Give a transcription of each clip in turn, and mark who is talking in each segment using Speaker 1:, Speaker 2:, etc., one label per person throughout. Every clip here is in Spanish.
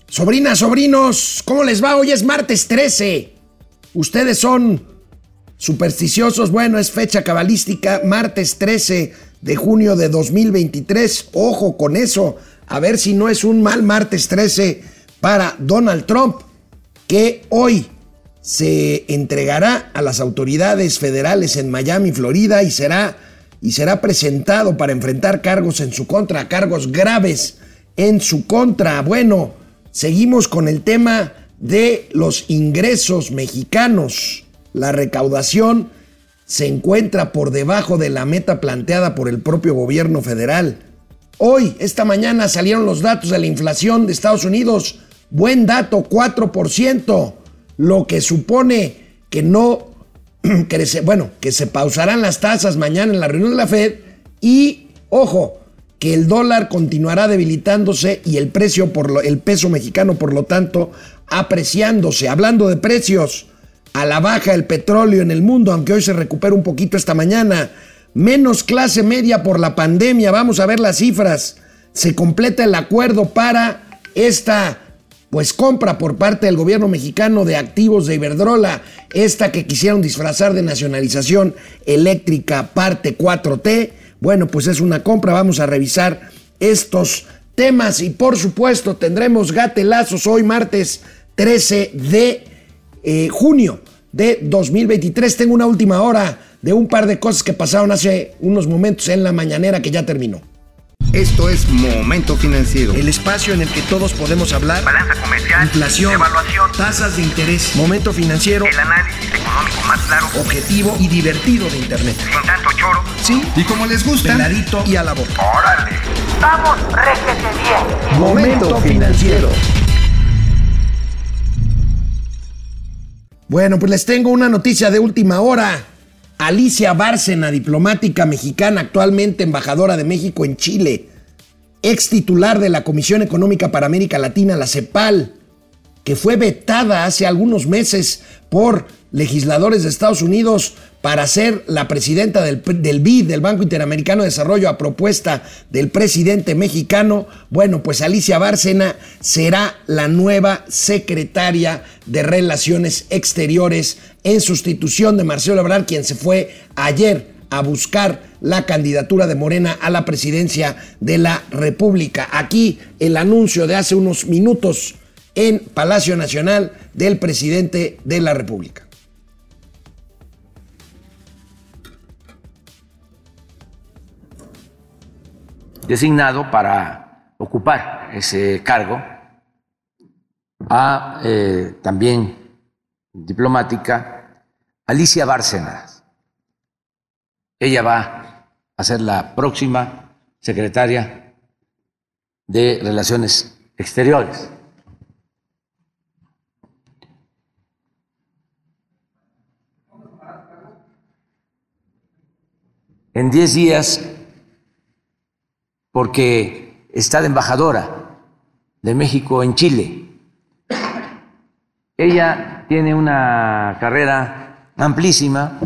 Speaker 1: Sobrinas, sobrinos, ¿cómo les va? Hoy es martes 13. ¿Ustedes son supersticiosos? Bueno, es fecha cabalística, martes 13 de junio de 2023. Ojo con eso, a ver si no es un mal martes 13 para Donald Trump, que hoy se entregará a las autoridades federales en Miami, Florida, y será presentado para enfrentar cargos en su contra, cargos graves en su contra. Bueno, seguimos con el tema de los ingresos mexicanos. La recaudación se encuentra por debajo de la meta planteada por el propio gobierno federal. Hoy, esta mañana, salieron los datos de la inflación de Estados Unidos. Buen dato, 4%, lo que supone que que se pausarán las tasas mañana en la reunión de la Fed y, ojo, que el dólar continuará debilitándose y el peso mexicano, por lo tanto, apreciándose. Hablando de precios, a la baja el petróleo en el mundo, aunque hoy se recupera un poquito esta mañana. Menos clase media por la pandemia. Vamos a ver las cifras. Se completa el acuerdo para esta compra por parte del gobierno mexicano de activos de Iberdrola, esta que quisieron disfrazar de nacionalización eléctrica parte 4T. Bueno, pues es una compra. Vamos a revisar estos temas y por supuesto tendremos gatelazos hoy martes 13 de junio de 2023. Tengo una última hora de un par de cosas que pasaron hace unos momentos en la mañanera que ya terminó.
Speaker 2: Esto es Momento Financiero.
Speaker 1: El espacio en el que todos podemos hablar.
Speaker 3: Balanza comercial,
Speaker 1: inflación,
Speaker 3: evaluación,
Speaker 1: tasas de interés. Momento Financiero.
Speaker 3: El análisis económico más claro,
Speaker 1: objetivo y divertido de Internet.
Speaker 3: sin tanto choro.
Speaker 1: Sí.
Speaker 2: Y como les gusta,
Speaker 1: Peladito y a la boca.
Speaker 3: ¡Órale! ¡Vamos, réjete bien!
Speaker 2: Momento Financiero.
Speaker 1: Bueno, pues les tengo una noticia de última hora. Alicia Bárcena, diplomática mexicana, actualmente embajadora de México en Chile, ex titular de la Comisión Económica para América Latina, la CEPAL, que fue vetada hace algunos meses por legisladores de Estados Unidos para ser la presidenta del BID, del Banco Interamericano de Desarrollo, a propuesta del presidente mexicano. Bueno, pues Alicia Bárcena será la nueva secretaria de Relaciones Exteriores en sustitución de Marcelo Ebrard, quien se fue ayer a buscar la candidatura de Morena a la presidencia de la República. Aquí el anuncio de hace unos minutos en Palacio Nacional del presidente de la República.
Speaker 4: Designado para ocupar ese cargo a también diplomática Alicia Bárcena. Ella va a ser la próxima secretaria de Relaciones Exteriores. En 10 días, porque está de embajadora de México en Chile. Ella tiene una carrera amplísima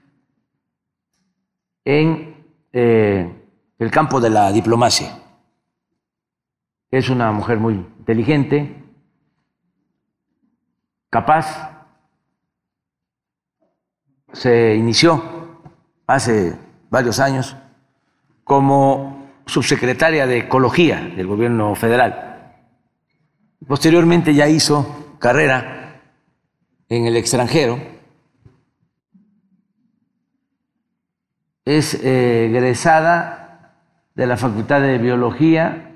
Speaker 4: en el campo de la diplomacia. Es una mujer muy inteligente, capaz. Se inició hace varios años como subsecretaria de Ecología del gobierno federal. Posteriormente ya hizo carrera en el extranjero. Es egresada de la Facultad de Biología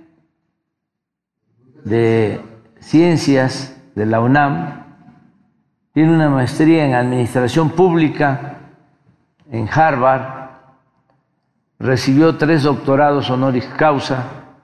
Speaker 4: de Ciencias de la UNAM. Tiene una maestría en Administración Pública en Harvard. Recibió 3 doctorados honoris causa.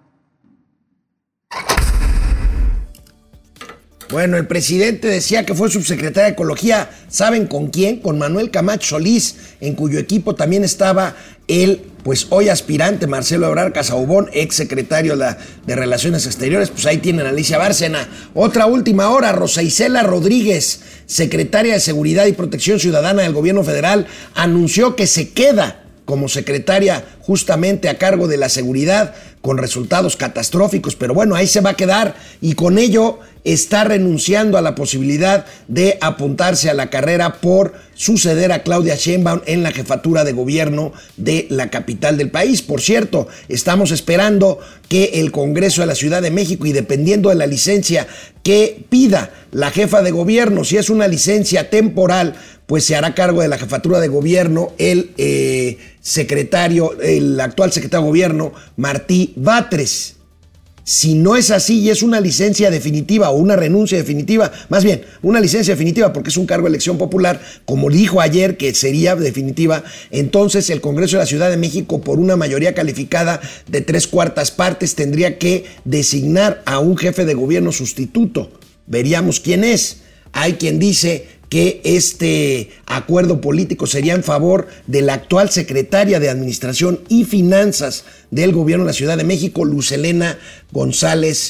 Speaker 1: Bueno, el presidente decía que fue subsecretaria de Ecología. ¿Saben con quién? Con Manuel Camacho Solís, en cuyo equipo también estaba el, hoy aspirante Marcelo Ebrard Casaubon, ex secretario de Relaciones Exteriores. Pues ahí tienen a Alicia Bárcena. Otra última hora, Rosa Isela Rodríguez, secretaria de Seguridad y Protección Ciudadana del gobierno federal, anunció que se queda como secretaria justamente a cargo de la seguridad, con resultados catastróficos, pero bueno, ahí se va a quedar y con ello está renunciando a la posibilidad de apuntarse a la carrera por suceder a Claudia Sheinbaum en la jefatura de gobierno de la capital del país. Por cierto, estamos esperando que el Congreso de la Ciudad de México, y dependiendo de la licencia que pida la jefa de gobierno, si es una licencia temporal, pues se hará cargo de la jefatura de gobierno el actual secretario de gobierno, Martí Batres. Si no es así y es una licencia definitiva o una renuncia definitiva, más bien una licencia definitiva porque es un cargo de elección popular, como dijo ayer que sería definitiva, entonces el Congreso de la Ciudad de México, por una mayoría calificada de 3/4 partes, tendría que designar a un jefe de gobierno sustituto. Veríamos quién es. Hay quien dice que este acuerdo político sería en favor de la actual secretaria de Administración y Finanzas del Gobierno de la Ciudad de México, Luz Helena González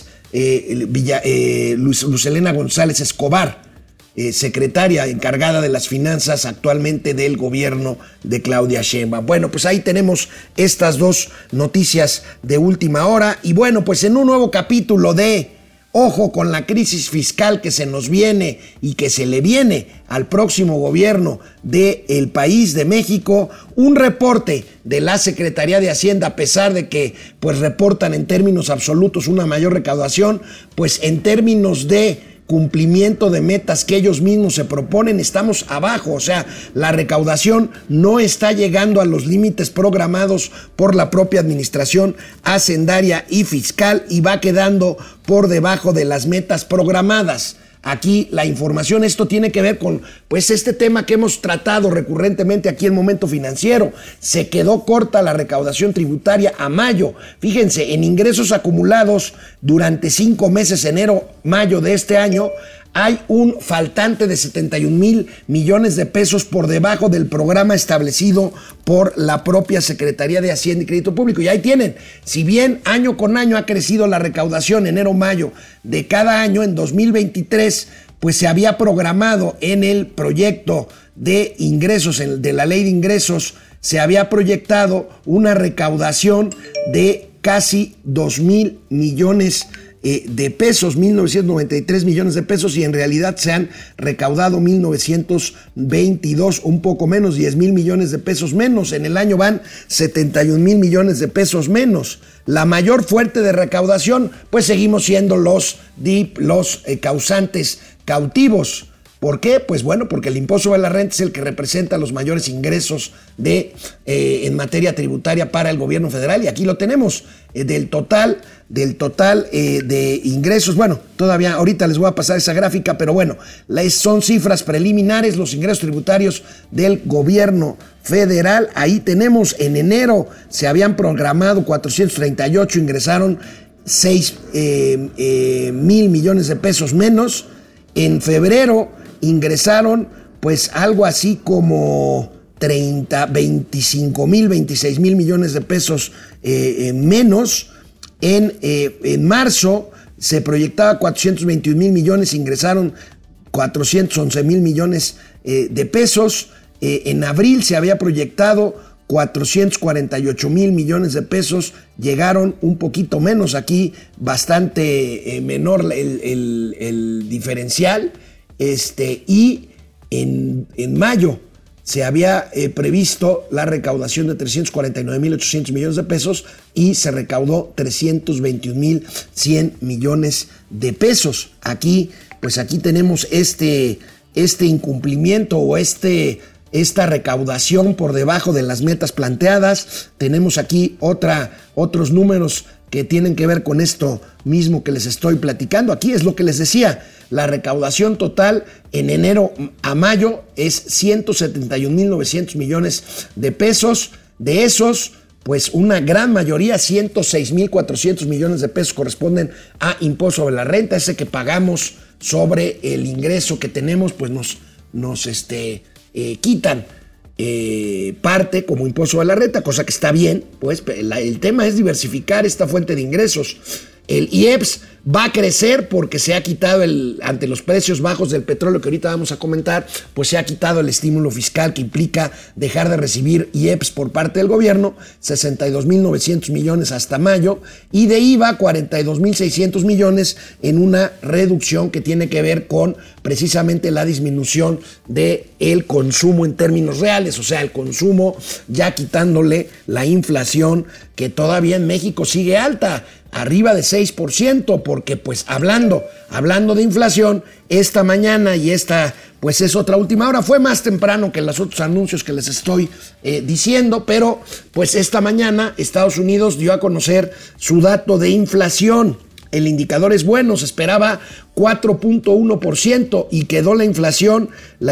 Speaker 1: Escobar, secretaria encargada de las finanzas actualmente del gobierno de Claudia Sheinbaum. Bueno, pues ahí tenemos estas dos noticias de última hora y bueno, pues en un nuevo capítulo de ojo con la crisis fiscal que se nos viene y que se le viene al próximo gobierno del país de México, un reporte de la Secretaría de Hacienda, a pesar de que pues reportan en términos absolutos una mayor recaudación, pues en términos de cumplimiento de metas que ellos mismos se proponen, estamos abajo. O sea, la recaudación no está llegando a los límites programados por la propia administración hacendaria y fiscal y va quedando por debajo de las metas programadas. Aquí la información, esto tiene que ver con pues este tema que hemos tratado recurrentemente aquí en Momento Financiero. Se quedó corta la recaudación tributaria a mayo. Fíjense, en ingresos acumulados durante 5 meses, enero-mayo de este año, hay un faltante de 71,000 millones de pesos por debajo del programa establecido por la propia Secretaría de Hacienda y Crédito Público. Y ahí tienen, si bien año con año ha crecido la recaudación enero-mayo de cada año, en 2023 pues se había programado en el proyecto de ingresos, de la ley de ingresos, se había proyectado una recaudación de casi 2,000 millones de pesos, 1,993 millones de pesos, y en realidad se han recaudado 1,922, un poco menos, 10,000 millones de pesos menos. En el año van 71,000 millones de pesos menos. La mayor fuente de recaudación, pues seguimos siendo los causantes cautivos. ¿Por qué? Pues bueno, porque el impuesto sobre la renta es el que representa los mayores ingresos en materia tributaria para el gobierno federal, y aquí lo tenemos, del total de ingresos. Bueno, todavía ahorita les voy a pasar esa gráfica, pero bueno, son cifras preliminares, los ingresos tributarios del gobierno federal. Ahí tenemos, en enero se habían programado 438, ingresaron 6,000 millones de pesos menos. En febrero ingresaron pues algo así como 26,000 millones de pesos menos. En marzo se proyectaba 421,000 millones, ingresaron 411,000 millones de pesos. En abril se había proyectado 448,000 millones de pesos, llegaron un poquito menos, aquí bastante menor el diferencial, y en mayo se había previsto la recaudación de 349,800 millones de pesos y se recaudó 321,100 millones de pesos. Aquí tenemos este incumplimiento o esta recaudación por debajo de las metas planteadas. Tenemos aquí otros números que tienen que ver con esto mismo que les estoy platicando. Aquí es lo que les decía, la recaudación total en enero a mayo es 171,900 millones de pesos. De esos, pues una gran mayoría, 106,400 millones de pesos, corresponden a impuesto sobre la renta, ese que pagamos sobre el ingreso que tenemos, pues nos quitan parte como impuesto a la renta, cosa que está bien, pues el tema es diversificar esta fuente de ingresos. El IEPS, Va a crecer porque se ha quitado ante los precios bajos del petróleo que ahorita vamos a comentar, pues se ha quitado el estímulo fiscal que implica dejar de recibir IEPS por parte del gobierno, 62.900 millones hasta mayo, y de IVA 42.600 millones en una reducción que tiene que ver con precisamente la disminución del consumo en términos reales, o sea, el consumo ya quitándole la inflación que todavía en México sigue alta, arriba de 6%, porque pues hablando de inflación, esta mañana y esta pues es otra última hora, fue más temprano que los otros anuncios que les estoy diciendo, pero pues esta mañana Estados Unidos dio a conocer su dato de inflación. El indicador es bueno, se esperaba 4.1% y quedó la inflación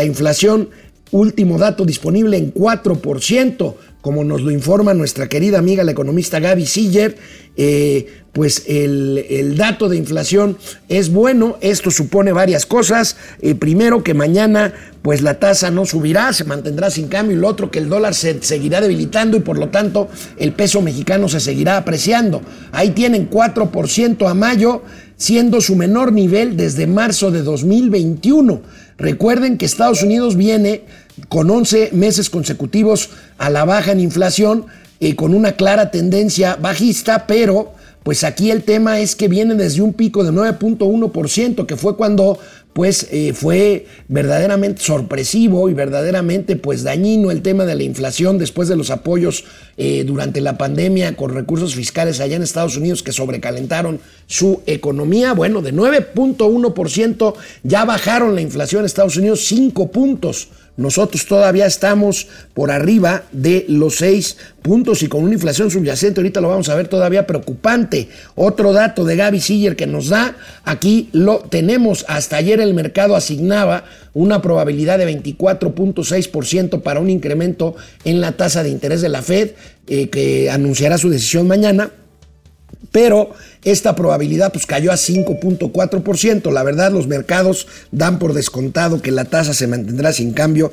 Speaker 1: último dato disponible en 4%, como nos lo informa nuestra querida amiga la economista Gaby Siller. Pues el dato de inflación es bueno. Esto supone varias cosas. Primero, que mañana pues la tasa no subirá, se mantendrá sin cambio, y lo otro, que el dólar se seguirá debilitando y por lo tanto el peso mexicano se seguirá apreciando. Ahí tienen 4% a mayo, siendo su menor nivel desde marzo de 2021. Recuerden que Estados Unidos viene con 11 meses consecutivos a la baja en inflación, con una clara tendencia bajista, pero pues aquí el tema es que viene desde un pico de 9.1%, que fue cuando pues fue verdaderamente sorpresivo y verdaderamente pues dañino el tema de la inflación después de los apoyos durante la pandemia con recursos fiscales allá en Estados Unidos que sobrecalentaron su economía. Bueno, de 9.1% ya bajaron la inflación en Estados Unidos 5 puntos. Nosotros todavía estamos por arriba de los 6 puntos y con una inflación subyacente, ahorita lo vamos a ver, todavía preocupante. Otro dato de Gaby Siller que nos da, aquí lo tenemos, hasta ayer el mercado asignaba una probabilidad de 24.6% para un incremento en la tasa de interés de la Fed, que anunciará su decisión mañana. Pero esta probabilidad pues cayó a 5.4%. La verdad, los mercados dan por descontado que la tasa se mantendrá sin cambio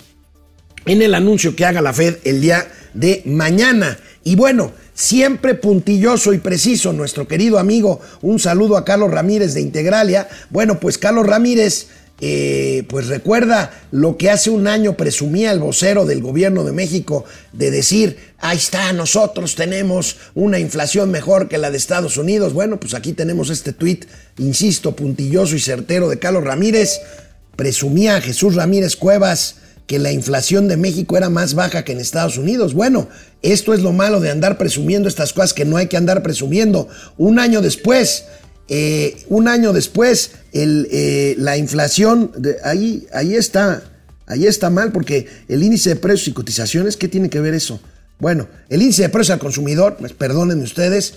Speaker 1: en el anuncio que haga la Fed el día de mañana. Y bueno, siempre puntilloso y preciso nuestro querido amigo, un saludo a Carlos Ramírez de Integralia. Bueno, pues Carlos Ramírez pues recuerda lo que hace un año presumía el vocero del gobierno de México de decir, ahí está, nosotros tenemos una inflación mejor que la de Estados Unidos. Bueno, pues aquí tenemos este tuit, insisto, puntilloso y certero de Carlos Ramírez. Presumía Jesús Ramírez Cuevas que la inflación de México era más baja que en Estados Unidos. Bueno, esto es lo malo de andar presumiendo estas cosas que no hay que andar presumiendo. Un año después, la inflación, ahí está mal, porque el índice de precios y cotizaciones, ¿qué tiene que ver eso? Bueno, el índice de precios al consumidor, pues perdónenme ustedes,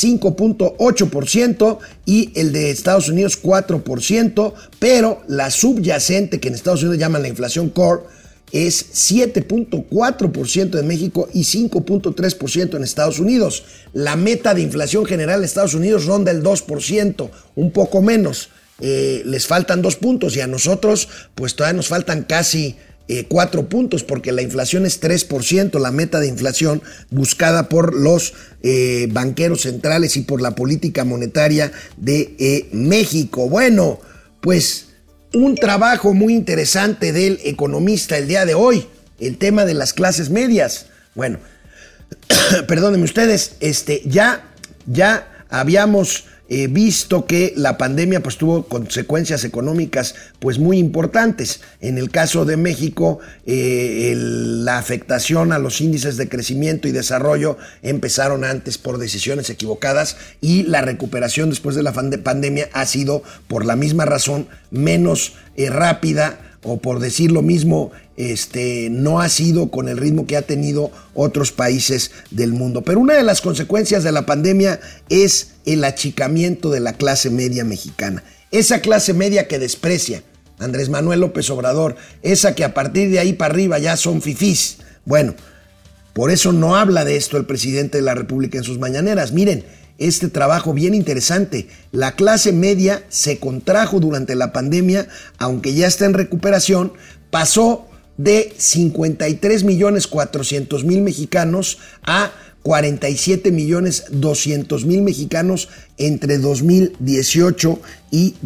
Speaker 1: 5.8% y el de Estados Unidos 4%, pero la subyacente, que en Estados Unidos llaman la inflación core, es 7.4% en México y 5.3% en Estados Unidos. La meta de inflación general en Estados Unidos ronda el 2%, un poco menos. Les faltan 2 puntos y a nosotros pues todavía nos faltan casi 4 puntos, porque la inflación es 3%, la meta de inflación buscada por los banqueros centrales y por la política monetaria de México. Bueno, pues un trabajo muy interesante del economista el día de hoy, el tema de las clases medias. Bueno, perdónenme ustedes, ya habíamos visto que la pandemia pues tuvo consecuencias económicas pues muy importantes. En el caso de México, la afectación a los índices de crecimiento y desarrollo empezaron antes por decisiones equivocadas, y la recuperación después de la pandemia ha sido por la misma razón menos rápida, o por decir lo mismo, no ha sido con el ritmo que ha tenido otros países del mundo. Pero una de las consecuencias de la pandemia es el achicamiento de la clase media mexicana. Esa clase media que desprecia Andrés Manuel López Obrador, esa que a partir de ahí para arriba ya son fifís. Bueno, por eso no habla de esto el presidente de la República en sus mañaneras. Miren, este trabajo bien interesante. La clase media se contrajo durante la pandemia, aunque ya está en recuperación, pasó de 53.400.000 mexicanos a 47,200,000 mexicanos entre 2018 y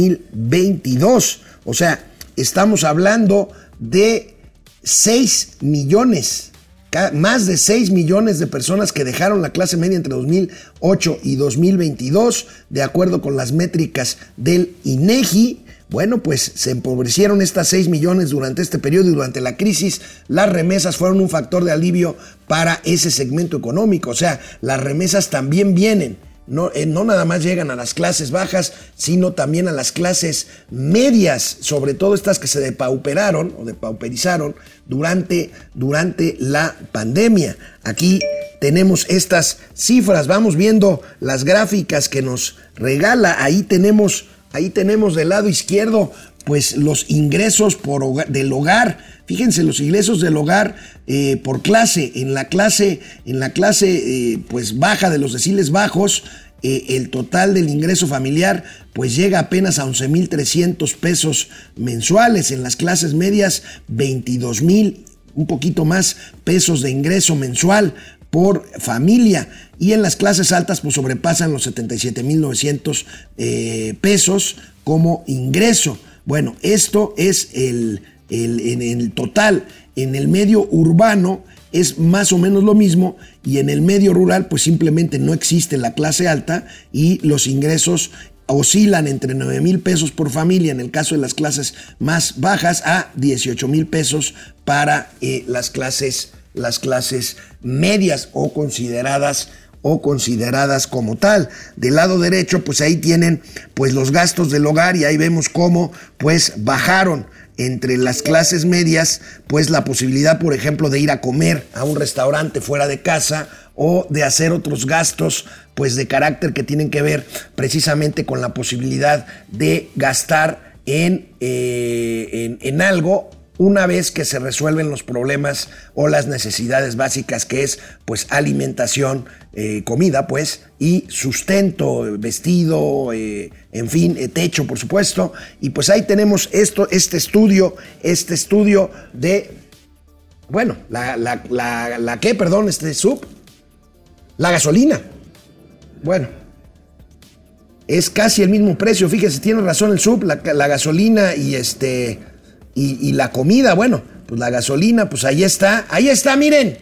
Speaker 1: 2022. O sea, estamos hablando de 6 millones, más de 6 millones de personas que dejaron la clase media entre 2008 y 2022, de acuerdo con las métricas del INEGI. Bueno, pues se empobrecieron estas 6 millones durante este periodo y durante la crisis. Las remesas fueron un factor de alivio para ese segmento económico. O sea, las remesas también vienen. No nada más llegan a las clases bajas, sino también a las clases medias, sobre todo estas que se depauperizaron durante la pandemia. Aquí tenemos estas cifras, vamos viendo las gráficas que nos regala. Ahí tenemos del lado izquierdo pues los ingresos del hogar. Fíjense, los ingresos del hogar por clase. En la clase pues baja, de los deciles bajos, el total del ingreso familiar pues llega apenas a 11,300 pesos mensuales. En las clases medias, 22,000, un poquito más, pesos de ingreso mensual por familia. Y en las clases altas pues sobrepasan los 77,900 pesos como ingreso. Bueno, esto es en el total. En el medio urbano es más o menos lo mismo, y en el medio rural pues simplemente no existe la clase alta y los ingresos oscilan entre 9,000 pesos por familia en el caso de las clases más bajas a 18,000 pesos para las clases medias o consideradas como tal. Del lado derecho pues ahí tienen pues los gastos del hogar, y ahí vemos cómo pues bajaron entre las clases medias pues la posibilidad, por ejemplo, de ir a comer a un restaurante fuera de casa, o de hacer otros gastos pues de carácter que tienen que ver precisamente con la posibilidad de gastar en algo una vez que se resuelven los problemas o las necesidades básicas, que es pues alimentación, comida pues, y sustento, vestido, en fin, techo por supuesto. Y pues ahí tenemos este estudio de, bueno, la gasolina. Bueno, es casi el mismo precio, fíjese, tiene razón el sub, la gasolina y la comida. Bueno, pues la gasolina, pues ahí está, miren.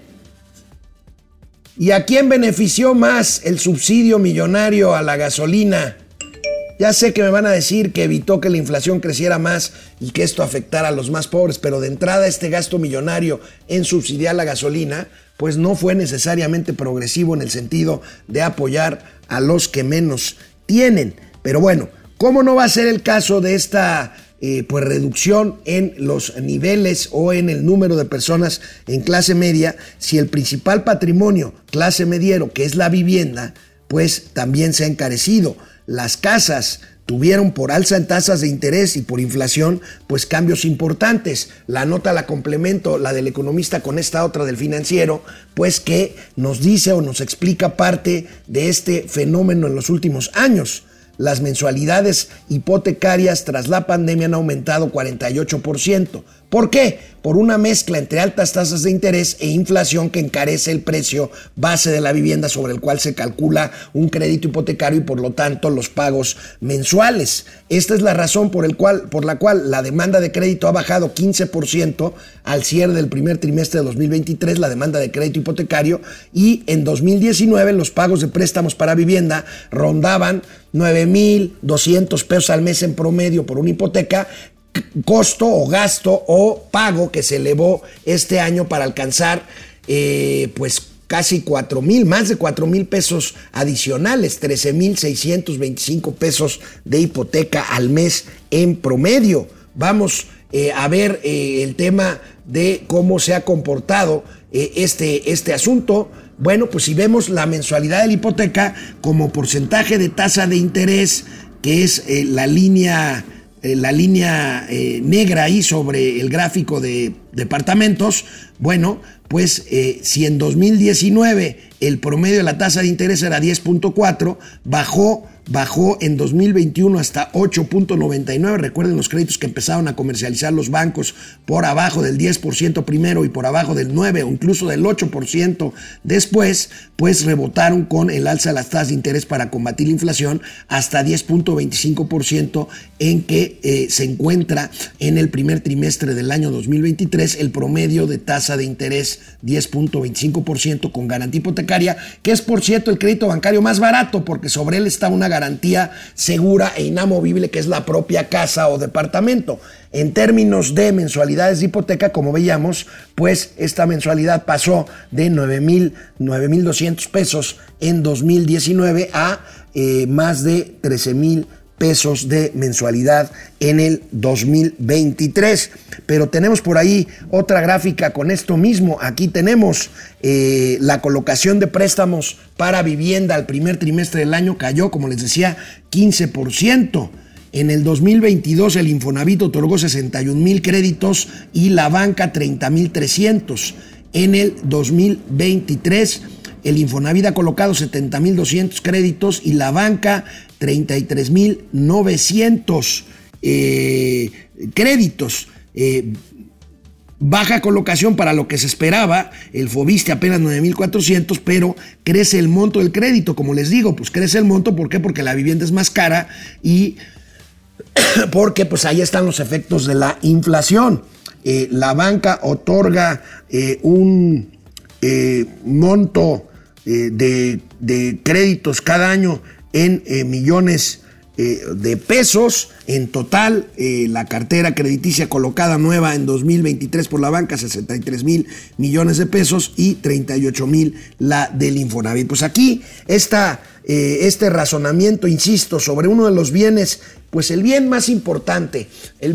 Speaker 1: ¿Y a quién benefició más el subsidio millonario a la gasolina? Ya sé que me van a decir que evitó que la inflación creciera más y que esto afectara a los más pobres, pero de entrada este gasto millonario en subsidiar la gasolina pues no fue necesariamente progresivo en el sentido de apoyar a los que menos tienen. Pero bueno, ¿cómo no va a ser el caso de esta pues reducción en los niveles o en el número de personas en clase media, si el principal patrimonio clase mediero, que es la vivienda, pues también se ha encarecido? Las casas tuvieron, por alza en tasas de interés y por inflación, pues cambios importantes. La nota la complemento, la del economista, con esta otra del Financiero, pues que nos dice o nos explica parte de este fenómeno en los últimos años. Las mensualidades hipotecarias tras la pandemia han aumentado 48%. ¿Por qué? Por una mezcla entre altas tasas de interés e inflación que encarece el precio base de la vivienda sobre el cual se calcula un crédito hipotecario y por lo tanto los pagos mensuales. Esta es la razón por la cual la demanda de crédito ha bajado 15% al cierre del primer trimestre de 2023, la demanda de crédito hipotecario, y en 2019 los pagos de préstamos para vivienda rondaban 9,200 pesos al mes en promedio por una hipoteca, costo o gasto o pago que se elevó este año para alcanzar pues casi 4,000, más de 4,000 pesos adicionales, 13,625 pesos de hipoteca al mes en promedio. Vamos a ver el tema de cómo se ha comportado este asunto. Bueno, pues si vemos la mensualidad de la hipoteca como porcentaje de tasa de interés, que es la línea negra ahí sobre el gráfico de departamentos, Bueno, pues si en 2019 el promedio de la tasa de interés era 10.4, bajó en 2021 hasta 8.99. Recuerden los créditos que empezaron a comercializar los bancos por abajo del 10% primero y por abajo del 9% o incluso del 8% después, pues rebotaron con el alza de las tasas de interés para combatir la inflación hasta 10.25%, en que se encuentra en el primer trimestre del año 2023 el promedio de tasa de interés 10.25% con garantía hipotecaria, que es por cierto el crédito bancario más barato porque sobre él está una garantía segura e inamovible que es la propia casa o departamento. En términos de mensualidades de hipoteca, como veíamos, pues esta mensualidad pasó de 9,200 pesos en 2019 a más de 13,000 pesos de mensualidad en el 2023. Pero tenemos por ahí otra gráfica con esto mismo. Aquí tenemos la colocación de préstamos para vivienda al primer trimestre del año cayó, como les decía, 15%. En el 2022 el Infonavit otorgó 61,000 créditos y la banca 30,300. En el 2023 el Infonavit ha colocado 70,200 créditos y la banca 33,900 créditos. Baja colocación para lo que se esperaba, el Fobiste apenas 9,400, pero crece el monto del crédito, como les digo, pues crece el monto, ¿por qué? Porque la vivienda es más cara y porque pues ahí están los efectos de la inflación. La banca otorga un monto de créditos cada año en millones de pesos. En total, la cartera crediticia colocada nueva en 2023 por la banca, 63,000 millones de pesos y 38,000 la del Infonavit. Pues aquí este razonamiento, insisto, sobre uno de los bienes, pues el bien más importante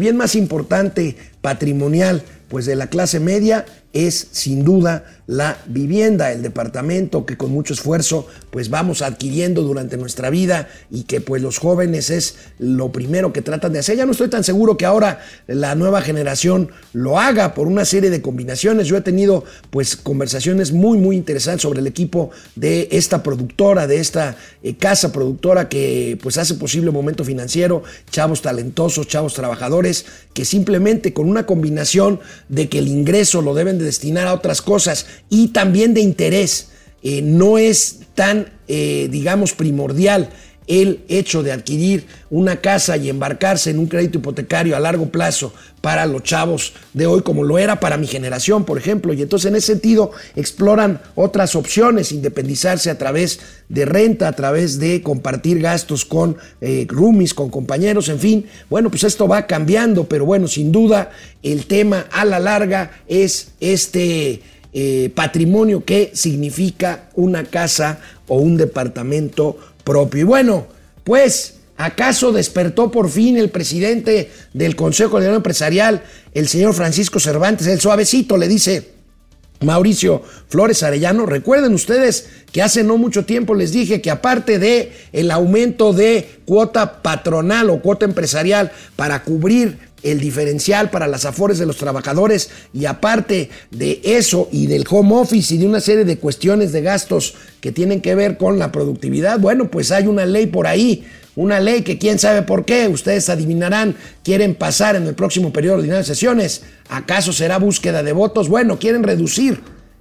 Speaker 1: patrimonial, pues de la clase media, es sin duda la vivienda, el departamento que con mucho esfuerzo pues vamos adquiriendo durante nuestra vida y que pues los jóvenes es lo primero que tratan de hacer. Ya no estoy tan seguro que ahora la nueva generación lo haga por una serie de combinaciones. Yo he tenido pues conversaciones muy interesantes sobre el equipo de esta productora, de esta casa productora que pues hace posible Momento Financiero, chavos talentosos, chavos trabajadores que simplemente con una combinación de que el ingreso lo deben de destinar a otras cosas y también de interés, no es tan, digamos, primordial el hecho de adquirir una casa y embarcarse en un crédito hipotecario a largo plazo para los chavos de hoy, como lo era para mi generación, por ejemplo. Y entonces en ese sentido exploran otras opciones, independizarse a través de renta, a través de compartir gastos con roomies, con compañeros, en fin. Bueno, pues esto va cambiando, pero bueno, sin duda el tema a la larga es este patrimonio que significa una casa o un departamento propio. Y bueno, pues ¿acaso despertó por fin el presidente del Consejo Coordinador Empresarial, el señor Francisco Cervantes, el suavecito, le dice Mauricio Flores Arellano? Recuerden ustedes que hace no mucho tiempo les dije que aparte de el aumento de cuota patronal o cuota empresarial para cubrir el diferencial para las afores de los trabajadores, y aparte de eso y del home office y de una serie de cuestiones de gastos que tienen que ver con la productividad, bueno, pues hay una ley por ahí, una ley que quién sabe por qué, ustedes adivinarán, quieren pasar en el próximo periodo ordinario de sesiones. ¿Acaso será búsqueda de votos? Bueno, quieren reducir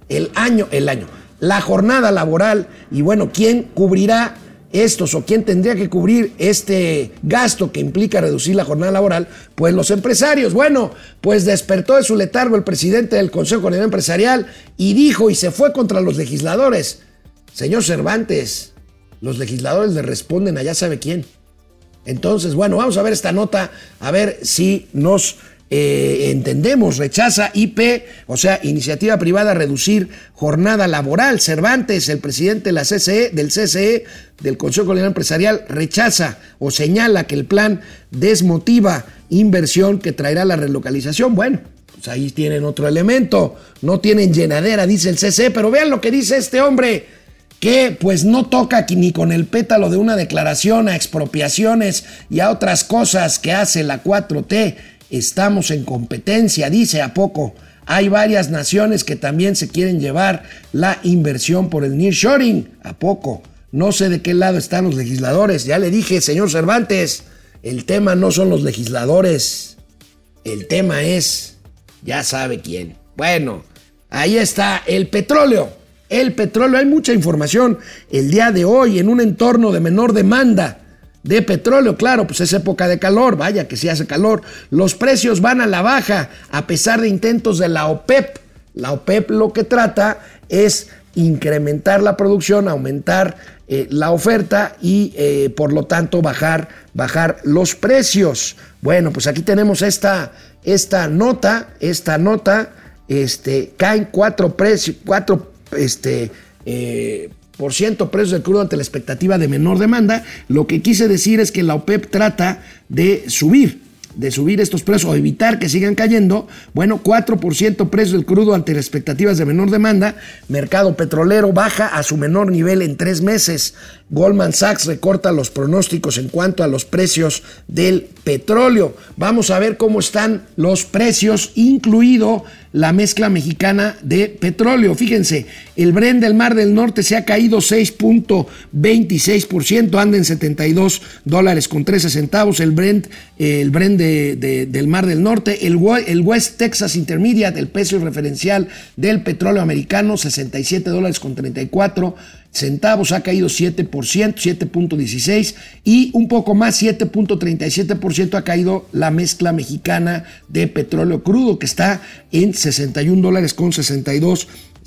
Speaker 1: la jornada laboral, y bueno, ¿quién cubrirá estos o quién tendría que cubrir este gasto que implica reducir la jornada laboral? Pues los empresarios. Bueno, pues despertó de su letargo el presidente del Consejo Coordinador Empresarial y dijo y se fue contra los legisladores. Señor Cervantes, los legisladores le responden a ya sabe quién. Entonces, bueno, vamos a ver esta nota, a ver si nos entendemos. Rechaza IP, o sea, iniciativa privada, reducir jornada laboral. Cervantes, el presidente de la CCE, del Consejo Coordinador Empresarial, rechaza o señala que el plan desmotiva inversión que traerá la relocalización. Bueno, pues ahí tienen otro elemento. No tienen llenadera, dice el CCE, pero vean lo que dice este hombre, que pues no toca aquí ni con el pétalo de una declaración a expropiaciones y a otras cosas que hace la 4T. Estamos en competencia, dice, ¿a poco hay varias naciones que también se quieren llevar la inversión por el nearshoring. ¿A poco? No sé de qué lado están los legisladores. Ya le dije, señor Cervantes, el tema no son los legisladores. El tema es, ya sabe quién. Bueno, ahí está el petróleo. El petróleo, hay mucha información el día de hoy en un entorno de menor demanda de petróleo. Claro, pues es época de calor, vaya que sí hace calor. Los precios van a la baja a pesar de intentos de la OPEP. La OPEP lo que trata es incrementar la producción, aumentar la oferta y por lo tanto bajar los precios. Bueno, pues aquí tenemos esta nota, caen 4% precios del crudo ante la expectativa de menor demanda. Lo que quise decir es que la OPEP trata de subir estos precios o evitar que sigan cayendo. Bueno, 4% precio del crudo ante las expectativas de menor demanda. Mercado petrolero baja a su menor nivel en 3 meses. Goldman Sachs recorta los pronósticos en cuanto a los precios del petróleo. Vamos a ver cómo están los precios, incluido la mezcla mexicana de petróleo. Fíjense, el Brent del Mar del Norte se ha caído 6.26%, anda en $72.13. El Brent del Mar del Norte, el West Texas Intermediate, el precio referencial del petróleo americano, $67.34. Ha caído 7%, 7.16, y un poco más, 7.37% ha caído la mezcla mexicana de petróleo crudo, que está en $61.62.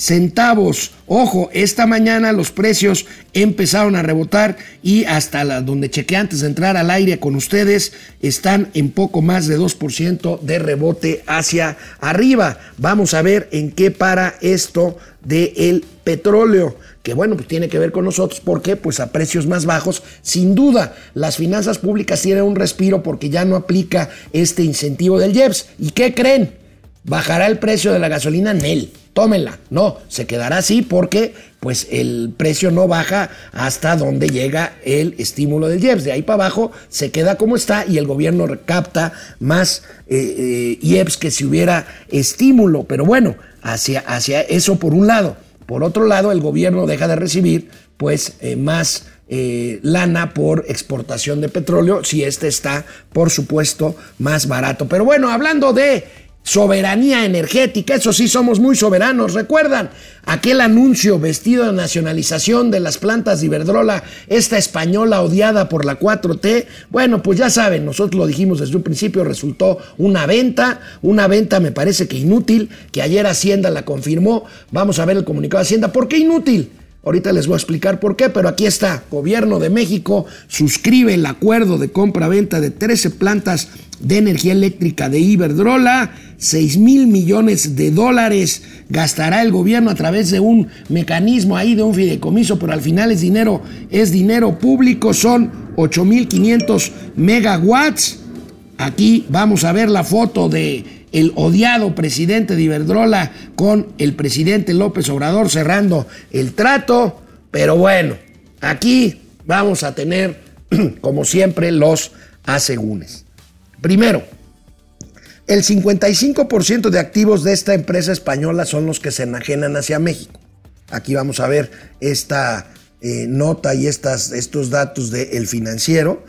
Speaker 1: Ojo, esta mañana los precios empezaron a rebotar y hasta donde chequeé antes de entrar al aire con ustedes, están en poco más de 2% de rebote hacia arriba. Vamos a ver en qué para esto del petróleo, que bueno, pues tiene que ver con nosotros, porque pues a precios más bajos, sin duda, las finanzas públicas tienen un respiro porque ya no aplica este incentivo del IEPS. ¿Y qué creen? ¿Bajará el precio de la gasolina? Nel. Tómenla. No, se quedará así porque pues el precio no baja hasta donde llega el estímulo del IEPS. De ahí para abajo se queda como está y el gobierno recapta más IEPS que si hubiera estímulo. Pero bueno, hacia eso por un lado. Por otro lado, el gobierno deja de recibir pues más lana por exportación de petróleo si este está, por supuesto, más barato. Pero bueno, hablando de soberanía energética, eso sí, somos muy soberanos. ¿Recuerdan aquel anuncio vestido de nacionalización de las plantas de Iberdrola, esta española odiada por la 4T? Bueno, pues ya saben, nosotros lo dijimos desde un principio, resultó una venta me parece que inútil, que ayer Hacienda la confirmó. Vamos a ver el comunicado de Hacienda. ¿Por qué inútil? Ahorita les voy a explicar por qué, pero aquí está. Gobierno de México suscribe el acuerdo de compra-venta de 13 plantas de energía eléctrica de Iberdrola. $6,000 millones gastará el gobierno a través de un mecanismo ahí, de un fideicomiso, pero al final es dinero público. Son 8,500 megawatts. Aquí vamos a ver la foto de el odiado presidente de Iberdrola con el presidente López Obrador cerrando el trato. Pero bueno, aquí vamos a tener, como siempre, los asegúnes. Primero, el 55% de activos de esta empresa española son los que se enajenan hacia México. Aquí vamos a ver esta nota y estos datos del Financiero.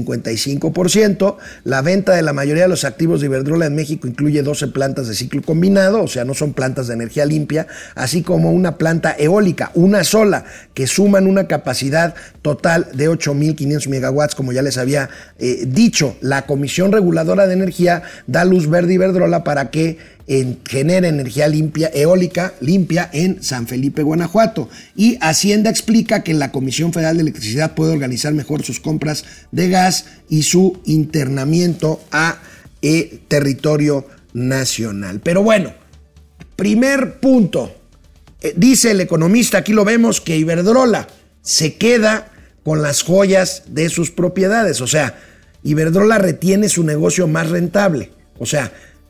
Speaker 1: 55%. La venta de la mayoría de los activos de Iberdrola en México incluye 12 plantas de ciclo combinado, o sea, no son plantas de energía limpia, así como una planta eólica, una sola, que suman una capacidad total de 8,500 megawatts, como ya les había dicho. La Comisión Reguladora de Energía da luz verde a Iberdrola para que genera energía eólica limpia en San Felipe, Guanajuato. Y Hacienda explica que la Comisión Federal de Electricidad puede organizar mejor sus compras de gas y su internamiento a territorio nacional. Pero bueno, primer punto, dice el economista, aquí lo vemos, que Iberdrola se queda con las joyas de sus propiedades. O sea, Iberdrola retiene su negocio más rentable. O sea,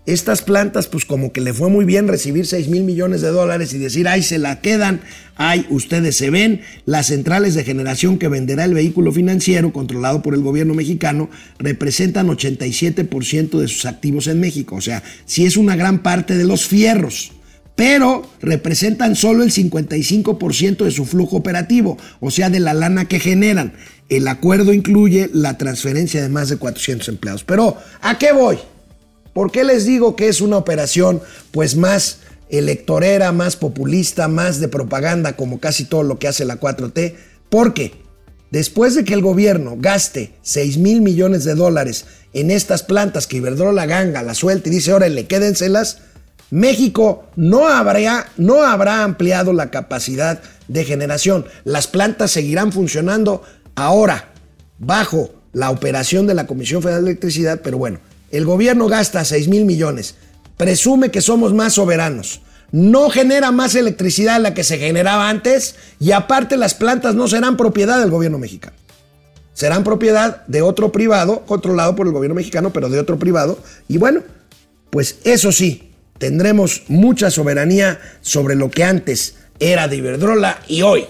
Speaker 1: estas plantas, pues como que le fue muy bien recibir 6,000 millones de dólares y decir, ahí se la quedan, ahí ustedes se ven. Las centrales de generación que venderá el vehículo financiero, controlado por el gobierno mexicano, representan 87% de sus activos en México. O sea, sí es una gran parte de los fierros, pero representan solo el 55% de su flujo operativo, o sea, de la lana que generan. El acuerdo incluye la transferencia de más de 400 empleados. Pero, ¿a qué voy? ¿Por qué les digo que es una operación pues más electorera, más populista, más de propaganda, como casi todo lo que hace la 4T? Porque después de que el gobierno gaste 6,000 millones de dólares en estas plantas que Iberdrola ganga, la suelta y dice, órale, quédenselas, México no habrá ampliado la capacidad de generación. Las plantas seguirán funcionando ahora bajo la operación de la Comisión Federal de Electricidad, pero bueno, el gobierno gasta 6,000 millones, presume que somos más soberanos, no genera más electricidad de la que se generaba antes y aparte las plantas no serán propiedad del gobierno mexicano. Serán propiedad de otro privado, controlado por el gobierno mexicano, pero de otro privado. Y bueno, pues eso sí, tendremos mucha soberanía sobre lo que antes era de Iberdrola y hoy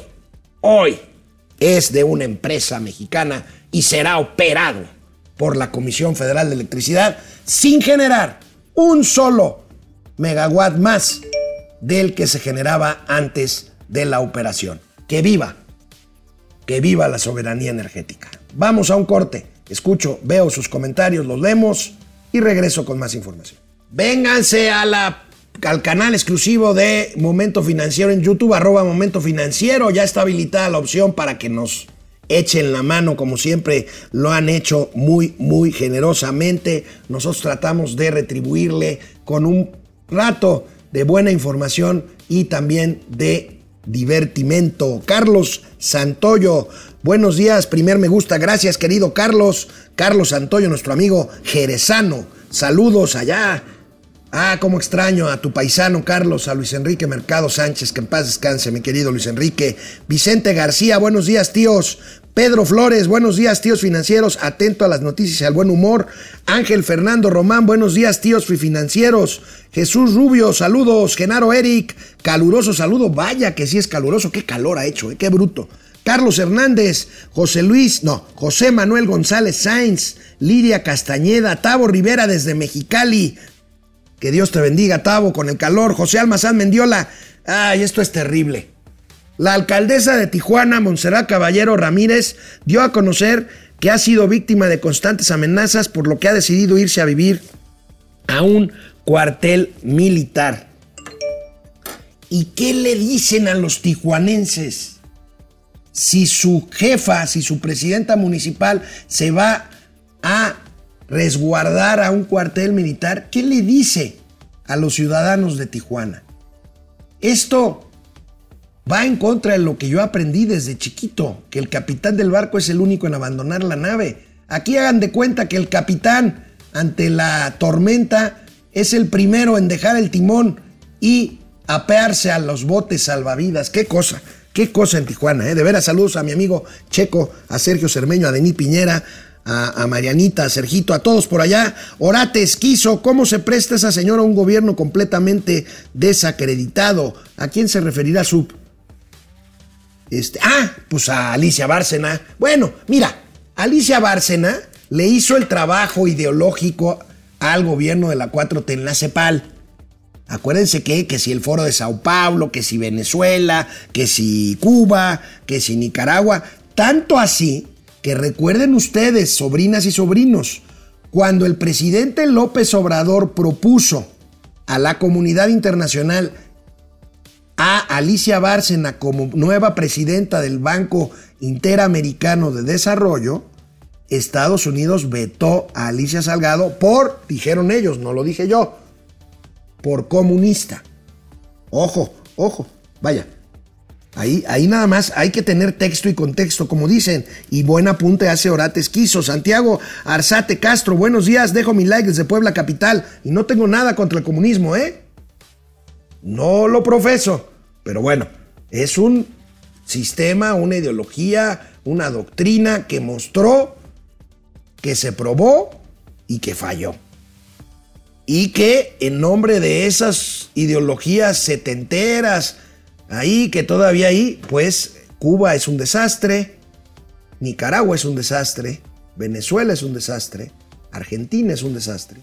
Speaker 1: es de una empresa mexicana y será operado por la Comisión Federal de Electricidad sin generar un solo megawatt más del que se generaba antes de la operación. ¡Que viva! ¡Que viva la soberanía energética! Vamos a un corte. Escucho, veo sus comentarios, los leemos y regreso con más información. Vénganse al canal exclusivo de Momento Financiero en YouTube, @Momento Financiero. Ya está habilitada la opción para que nos echen la mano, como siempre lo han hecho muy, muy generosamente. Nosotros tratamos de retribuirle con un rato de buena información y también de divertimento. Carlos Santoyo, buenos días, primer me gusta, gracias querido Carlos. Carlos Santoyo, nuestro amigo jerezano, saludos allá. Cómo extraño a tu paisano Carlos, a Luis Enrique Mercado Sánchez, que en paz descanse, mi querido Luis Enrique. Vicente García, buenos días, tíos. Pedro Flores, buenos días, tíos financieros, atento a las noticias y al buen humor. Ángel Fernando Román, buenos días, tíos financieros. Jesús Rubio, saludos. Genaro Eric, caluroso saludo. Vaya que sí es caluroso, qué calor ha hecho, qué bruto. Carlos Hernández, José Manuel González Sainz, Lidia Castañeda, Tavo Rivera desde Mexicali. Que Dios te bendiga, Tavo, con el calor. José Almazán Mendiola. Ay, esto es terrible. La alcaldesa de Tijuana, Montserrat Caballero Ramírez, dio a conocer que ha sido víctima de constantes amenazas, por lo que ha decidido irse a vivir a un cuartel militar. ¿Y qué le dicen a los tijuanenses? Si su jefa, si su presidenta municipal se va a resguardar a un cuartel militar, ¿qué le dice a los ciudadanos de Tijuana? Esto va en contra de lo que yo aprendí desde chiquito, que el capitán del barco es el único en abandonar la nave. Aquí hagan de cuenta que el capitán, ante la tormenta, es el primero en dejar el timón y apearse a los botes salvavidas. Qué cosa en Tijuana, De veras, saludos a mi amigo Checo, a Sergio Cermeño, a Denis Piñera, a Marianita, a Sergito, a todos por allá. Orate Esquizo, ¿cómo se presta esa señora a un gobierno completamente desacreditado? ¿A quién se referirá Sub? Pues a Alicia Bárcena. Bueno, mira, Alicia Bárcena le hizo el trabajo ideológico al gobierno de la 4T en la CEPAL. Acuérdense que si el Foro de Sao Paulo, que si Venezuela, que si Cuba, que si Nicaragua, tanto así que recuerden ustedes, sobrinas y sobrinos, cuando el presidente López Obrador propuso a la comunidad internacional a Alicia Bárcena como nueva presidenta del Banco Interamericano de Desarrollo, Estados Unidos vetó a Alicia Salgado dijeron ellos, no lo dije yo, por comunista. Ojo, vaya. Ahí nada más hay que tener texto y contexto, como dicen, y buen apunte hace Orate Esquizo. Santiago Arzate Castro, buenos días, dejo mi like desde Puebla capital y no tengo nada contra el comunismo, No lo profeso, pero bueno, es un sistema, una ideología, una doctrina que mostró, que se probó y que falló. y que en nombre de esas ideologías setenteras, ahí que todavía hay, pues Cuba es un desastre, Nicaragua es un desastre, Venezuela es un desastre, Argentina es un desastre.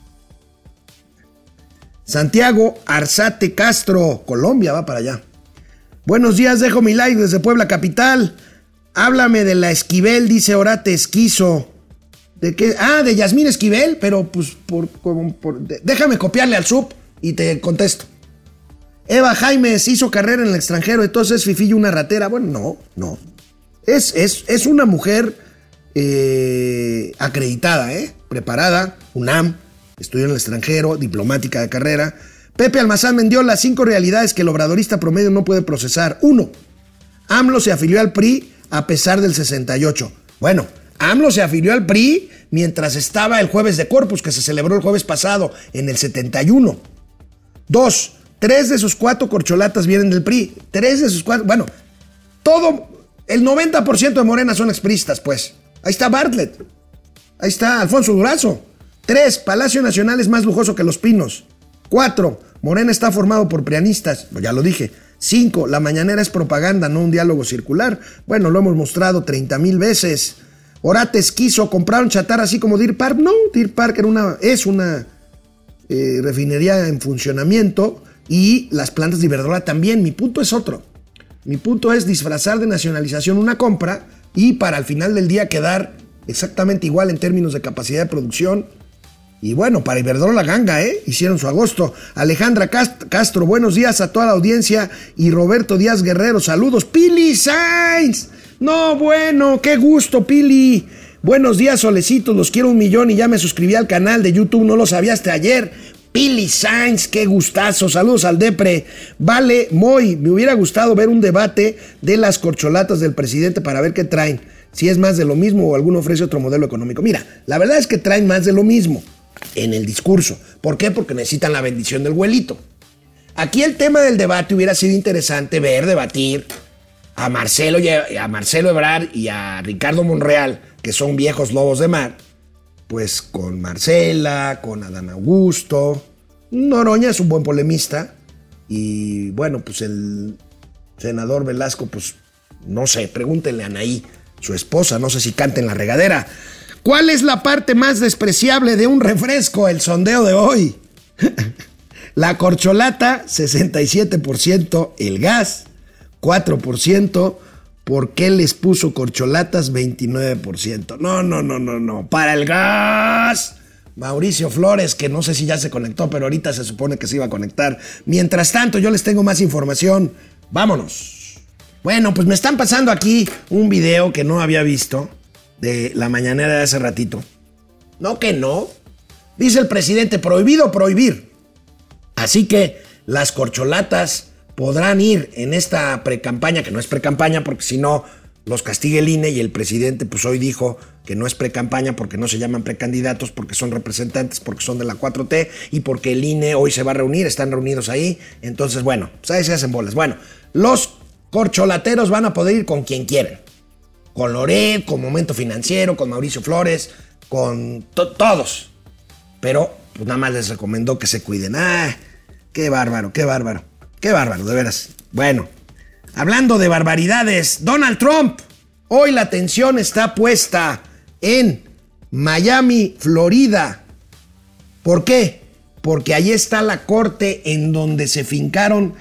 Speaker 1: Santiago Arzate Castro, Colombia, va para allá. Buenos días, dejo mi like desde Puebla capital. Háblame de la Esquivel, dice Orate Esquizo. ¿De qué? Ah, de Yasmín Esquivel, pero pues déjame copiarle al sub y te contesto. Eva Jaimes hizo carrera en el extranjero, entonces Fifillo una ratera. Bueno, no. Es una mujer acreditada, preparada, UNAM, estudió en el extranjero, diplomática de carrera. Pepe Almazán Mendiola, 5 realidades que el obradorista promedio no puede procesar. 1. AMLO se afilió al PRI a pesar del 68. Bueno, AMLO se afilió al PRI mientras estaba el Jueves de Corpus, que se celebró el jueves pasado, en el 71. 2. 3 de sus 4 corcholatas vienen del PRI. 3 de sus 4, bueno, el 90% de Morena son expriistas, pues. Ahí está Bartlett. Ahí está Alfonso Durazo. 3. Palacio Nacional es más lujoso que Los Pinos. 4. Morena está formado por prianistas. Pues ya lo dije. 5. La mañanera es propaganda, no un diálogo circular. Bueno, lo hemos mostrado 30,000 veces. Orate Esquizo, compraron chatarra así como Deer Park. No, Deer Park es una refinería en funcionamiento y las plantas de Iberdrola también. Mi punto es otro. Mi punto es disfrazar de nacionalización una compra y para al final del día quedar exactamente igual en términos de capacidad de producción. Y bueno, para Iberdrola ganga, hicieron su agosto. Alejandra Castro, buenos días a toda la audiencia. Y Roberto Díaz Guerrero, saludos. Pili Sainz. No, bueno, qué gusto, Pili. Buenos días, solecitos, los quiero 1,000,000 y ya me suscribí al canal de YouTube, no lo sabía hasta ayer. Pili Sainz, qué gustazo, saludos al Depre. Vale, Moy, me hubiera gustado ver un debate de las corcholatas del presidente para ver qué traen. Si es más de lo mismo o alguno ofrece otro modelo económico. Mira, la verdad es que traen más de lo mismo en el discurso. ¿Por qué? Porque necesitan la bendición del güelito. Aquí el tema del debate hubiera sido interesante debatir a Marcelo Ebrard y a Ricardo Monreal, que son viejos lobos de mar, pues con Marcela, con Adán Augusto. Noroña es un buen polemista y bueno, pues el senador Velasco, pues no sé, pregúntenle a Anaí, su esposa, no sé si canta en la regadera. ¿Cuál es la parte más despreciable de un refresco? El sondeo de hoy. La corcholata, 67%, el gas, 4%, ¿por qué les puso corcholatas? 29%. No. Para el gas. Mauricio Flores, que no sé si ya se conectó, pero ahorita se supone que se iba a conectar. Mientras tanto, yo les tengo más información. Vámonos. Bueno, pues me están pasando aquí un video que no había visto de la mañanera de hace ratito. No que no. Dice el presidente, prohibido prohibir. Así que las corcholatas podrán ir en esta precampaña, que no es precampaña porque si no los castiga el INE, y el presidente pues hoy dijo que no es precampaña porque no se llaman precandidatos, porque son representantes, porque son de la 4T y porque el INE hoy se va a reunir, están reunidos ahí. Entonces, bueno, pues ahí se hacen bolas. Bueno, los corcholateros van a poder ir con quien quieran. Con Loret, con Momento Financiero, con Mauricio Flores, con todos. Pero pues nada más les recomendó que se cuiden. Qué bárbaro, de veras. Bueno, hablando de barbaridades, Donald Trump. Hoy la atención está puesta en Miami, Florida. ¿Por qué? Porque ahí está la corte en donde se fincaron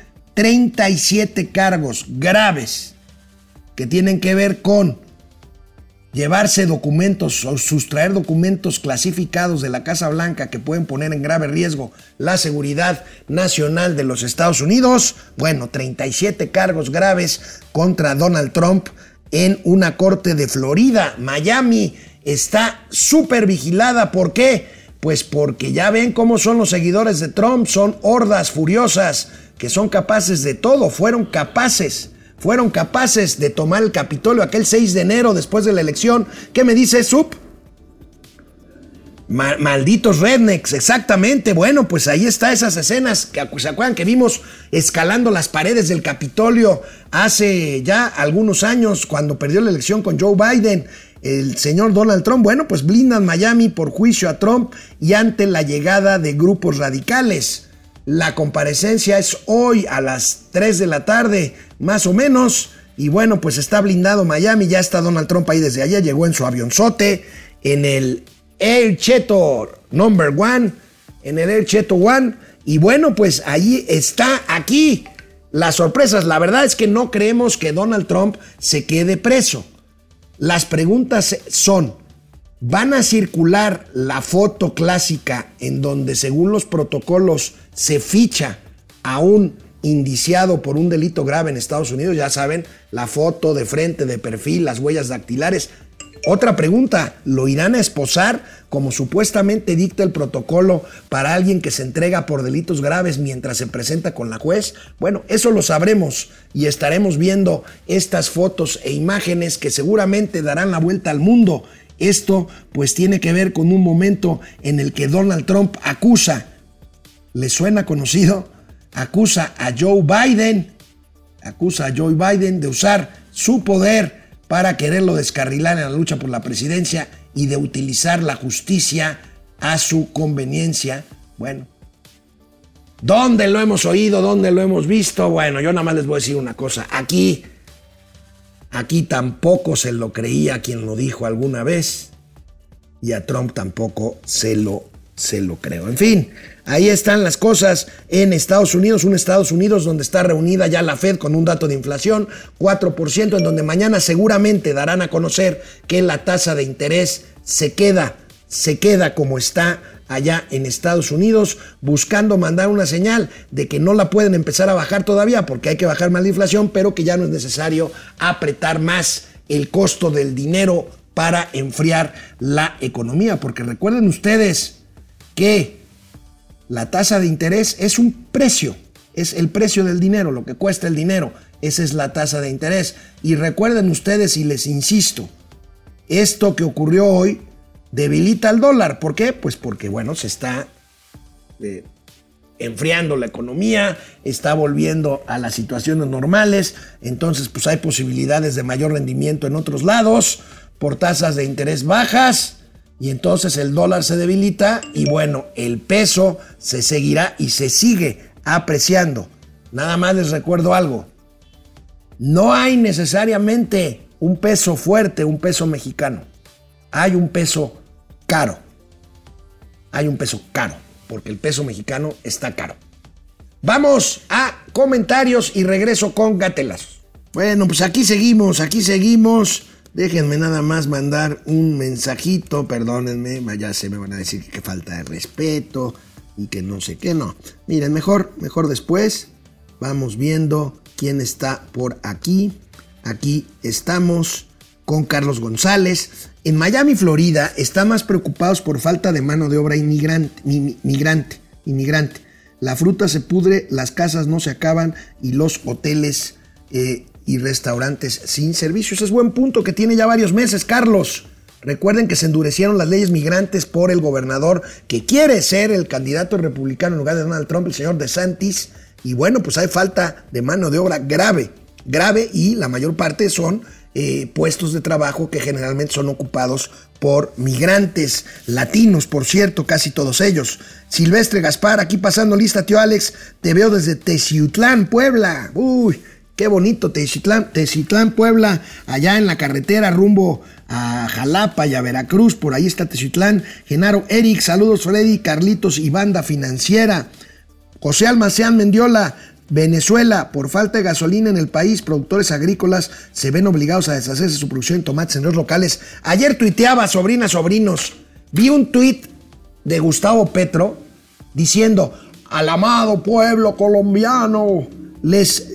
Speaker 1: 37 cargos graves que tienen que ver con llevarse documentos o sustraer documentos clasificados de la Casa Blanca que pueden poner en grave riesgo la seguridad nacional de los Estados Unidos. Bueno, 37 cargos graves contra Donald Trump en una corte de Florida. Miami está súper vigilada. ¿Por qué? Pues porque ya ven cómo son los seguidores de Trump. Son hordas furiosas que son capaces de todo. Fueron capaces de tomar el Capitolio aquel 6 de enero después de la elección. ¿Qué me dice, Sup? Malditos rednecks, exactamente. Bueno, pues ahí está esas escenas que se acuerdan que vimos escalando las paredes del Capitolio hace ya algunos años cuando perdió la elección con Joe Biden, el señor Donald Trump. Bueno, pues blindan Miami por juicio a Trump y ante la llegada de grupos radicales. La comparecencia es hoy a las 3 de la tarde, más o menos. Y bueno, pues está blindado Miami, ya está Donald Trump ahí desde ayer, llegó en su avionzote, en el Air Cheto Number One, en el Air Cheto One, y bueno, pues ahí está, aquí las sorpresas. La verdad es que no creemos que Donald Trump se quede preso. Las preguntas son, ¿van a circular la foto clásica en donde según los protocolos se ficha a un indiciado por un delito grave en Estados Unidos? Ya saben, la foto de frente, de perfil, las huellas dactilares. Otra pregunta, ¿lo irán a esposar como supuestamente dicta el protocolo para alguien que se entrega por delitos graves mientras se presenta con la juez? Bueno, eso lo sabremos y estaremos viendo estas fotos e imágenes que seguramente darán la vuelta al mundo. Esto pues tiene que ver con un momento en el que Donald Trump acusa, ¿le suena conocido? Acusa a Joe Biden de usar su poder para quererlo descarrilar en la lucha por la presidencia y de utilizar la justicia a su conveniencia. Bueno, ¿dónde lo hemos oído? ¿Dónde lo hemos visto? Bueno, yo nada más les voy a decir una cosa. Aquí tampoco se lo creía quien lo dijo alguna vez y a Trump tampoco se lo creo. En fin, ahí están las cosas en Estados Unidos, un Estados Unidos donde está reunida ya la Fed con un dato de inflación, 4%, en donde mañana seguramente darán a conocer que la tasa de interés se queda como está allá en Estados Unidos, buscando mandar una señal de que no la pueden empezar a bajar todavía porque hay que bajar más la inflación, pero que ya no es necesario apretar más el costo del dinero para enfriar la economía, porque recuerden ustedes que la tasa de interés es un precio, es el precio del dinero, lo que cuesta el dinero, esa es la tasa de interés. Y recuerden ustedes, y les insisto, esto que ocurrió hoy debilita al dólar. ¿Por qué? Pues porque, bueno, se está enfriando la economía, está volviendo a las situaciones normales, entonces pues hay posibilidades de mayor rendimiento en otros lados por tasas de interés bajas. Y entonces el dólar se debilita y bueno, el peso se seguirá y se sigue apreciando. Nada más les recuerdo algo. No hay necesariamente un peso fuerte, un peso mexicano. Hay un peso caro. Hay un peso caro, porque el peso mexicano está caro. Vamos a comentarios y regreso con Gatelazos. Bueno, pues aquí seguimos. Déjenme nada más mandar un mensajito, perdónenme, ya se me van a decir que falta de respeto y que no sé qué, no. Miren, mejor después vamos viendo quién está por aquí. Aquí estamos con Carlos González. En Miami, Florida, están más preocupados por falta de mano de obra inmigrante. La fruta se pudre, las casas no se acaban y los hoteles y restaurantes sin servicio. Ese es buen punto que tiene ya varios meses, Carlos. Recuerden que se endurecieron las leyes migrantes por el gobernador que quiere ser el candidato republicano en lugar de Donald Trump, el señor DeSantis. Y bueno, pues hay falta de mano de obra grave, y la mayor parte son puestos de trabajo que generalmente son ocupados por migrantes latinos, por cierto, casi todos ellos. Silvestre Gaspar, aquí pasando lista, tío Alex, te veo desde Teciutlán, Puebla. Uy, qué bonito, Teciutlán, Puebla, allá en la carretera rumbo a Jalapa y a Veracruz, por ahí está Teciutlán. Genaro Eric, saludos Freddy, Carlitos y Banda Financiera. José Almaceán Mendiola, Venezuela, por falta de gasolina en el país, productores agrícolas se ven obligados a deshacerse de su producción de tomates en los locales. Ayer tuiteaba, sobrinos, vi un tuit de Gustavo Petro diciendo, al amado pueblo colombiano, les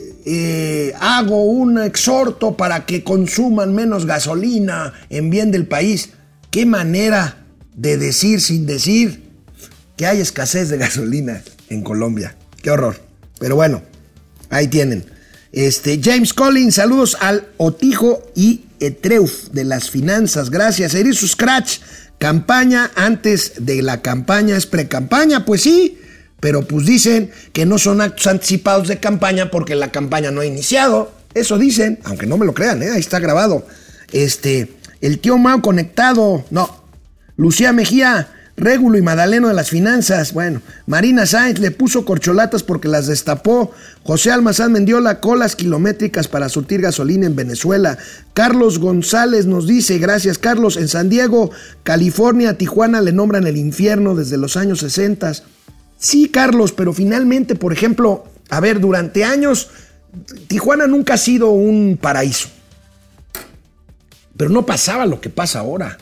Speaker 1: hago un exhorto para que consuman menos gasolina en bien del país. Qué manera de decir sin decir que hay escasez de gasolina en Colombia. Qué horror. Pero bueno, ahí tienen. James Collins, saludos al Otijo y Etreuf de las finanzas. Gracias. Erisu Scratch, Campaña antes de la campaña es precampaña, pues sí, pero pues dicen que no son actos anticipados de campaña porque la campaña no ha iniciado. Eso dicen, aunque no me lo crean, ahí está grabado. El tío Mau conectado, no. Lucía Mejía, Régulo y Madaleno de las finanzas. Bueno, Marina Sáenz le puso corcholatas porque las destapó. José Almazán Mendiola, colas kilométricas para surtir gasolina en Venezuela. Carlos González nos dice, gracias Carlos, en San Diego, California, Tijuana le nombran el infierno desde los años 60. Sí, Carlos, pero finalmente, por ejemplo, a ver, durante años, Tijuana nunca ha sido un paraíso. Pero no pasaba lo que pasa ahora.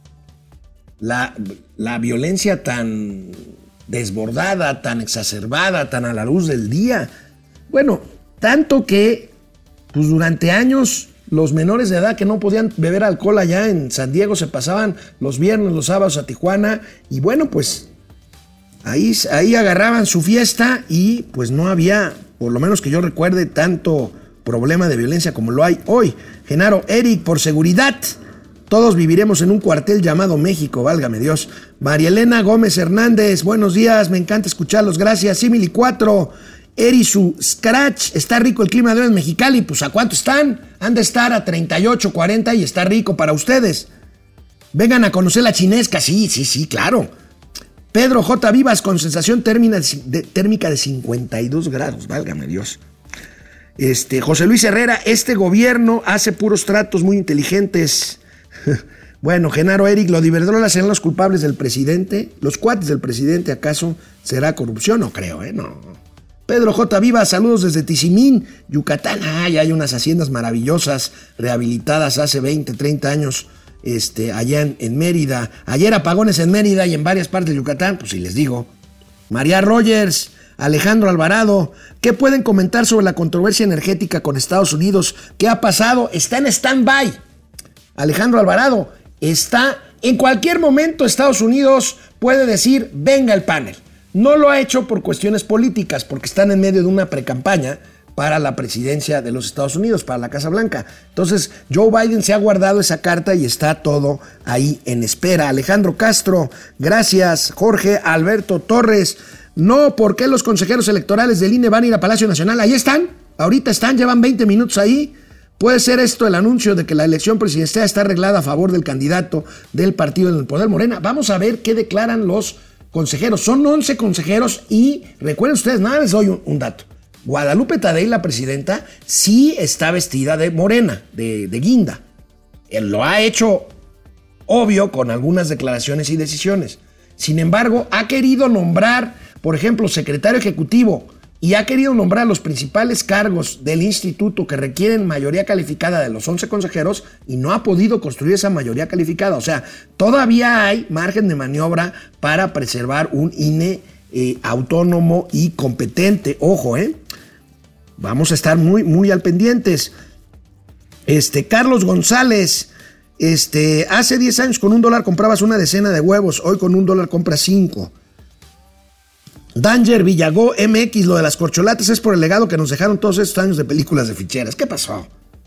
Speaker 1: La violencia tan desbordada, tan exacerbada, tan a la luz del día. Bueno, tanto que pues durante años los menores de edad que no podían beber alcohol allá en San Diego se pasaban los viernes, los sábados a Tijuana y bueno, pues ahí agarraban su fiesta y pues no había, por lo menos que yo recuerde, tanto problema de violencia como lo hay hoy. Genaro, Eric, por seguridad, todos viviremos en un cuartel llamado México, válgame Dios. María Elena Gómez Hernández, buenos días, me encanta escucharlos, gracias. Simili 4, Erisu Scratch, está rico el clima de hoy en Mexicali, pues ¿a cuánto están? Han de estar a 38, 40 y está rico para ustedes. Vengan a conocer la Chinesca, sí, claro. Pedro J. Vivas con sensación térmica de 52 grados, válgame Dios. José Luis Herrera, este gobierno hace puros tratos muy inteligentes. Bueno, Genaro, Eric, lo de Iberdrola serán los culpables del presidente. Los cuates del presidente, ¿acaso será corrupción? No creo, no. Pedro J. Vivas, saludos desde Tizimín, Yucatán. Ay, hay unas haciendas maravillosas rehabilitadas hace 20, 30 años. Allá en Mérida. Ayer apagones en Mérida y en varias partes de Yucatán, pues sí les digo. María Rogers, Alejandro Alvarado, ¿qué pueden comentar sobre la controversia energética con Estados Unidos? ¿Qué ha pasado? Está en stand-by. Alejandro Alvarado, está en cualquier momento Estados Unidos puede decir, venga el panel. No lo ha hecho por cuestiones políticas, porque están en medio de una precampaña para la presidencia de los Estados Unidos, para la Casa Blanca. Entonces, Joe Biden se ha guardado esa carta y está todo ahí en espera. Alejandro Castro, gracias. Jorge Alberto Torres, no, ¿por qué los consejeros electorales del INE van a ir a Palacio Nacional? Ahí están, ahorita están, llevan 20 minutos ahí. ¿Puede ser esto el anuncio de que la elección presidencial está arreglada a favor del candidato del partido en el poder, Morena? Vamos a ver qué declaran los consejeros. Son 11 consejeros y recuerden ustedes, nada les doy un dato. Guadalupe Tadei, la presidenta, sí está vestida de morena, de guinda. Él lo ha hecho obvio con algunas declaraciones y decisiones. Sin embargo, ha querido nombrar, por ejemplo, secretario ejecutivo y ha querido nombrar los principales cargos del instituto que requieren mayoría calificada de los 11 consejeros y no ha podido construir esa mayoría calificada. O sea, todavía hay margen de maniobra para preservar un INE autónomo y competente. Ojo, vamos a estar muy, muy al pendientes. Carlos González, hace 10 años con $1 comprabas una decena de huevos, hoy con $1 compras 5. Danger Villagó MX, lo de las corcholatas es por el legado que nos dejaron todos estos años de películas de ficheras. ¿Qué pasó?